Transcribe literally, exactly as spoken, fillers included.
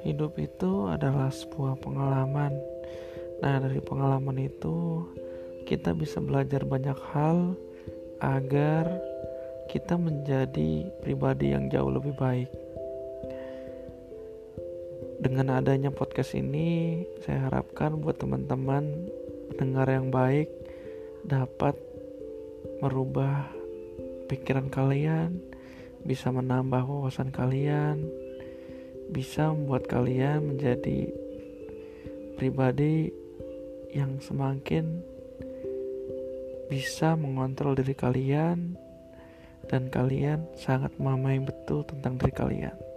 Hidup itu adalah sebuah pengalaman. Nah, dari pengalaman itu kita bisa belajar banyak hal agar kita menjadi pribadi yang jauh lebih baik. Dengan adanya podcast ini, saya harapkan buat teman-teman pendengar yang baik dapat merubah pikiran kalian, bisa menambah wawasan kalian, bisa membuat kalian menjadi pribadi yang semakin bisa mengontrol diri kalian, dan kalian sangat memahami betul tentang diri kalian.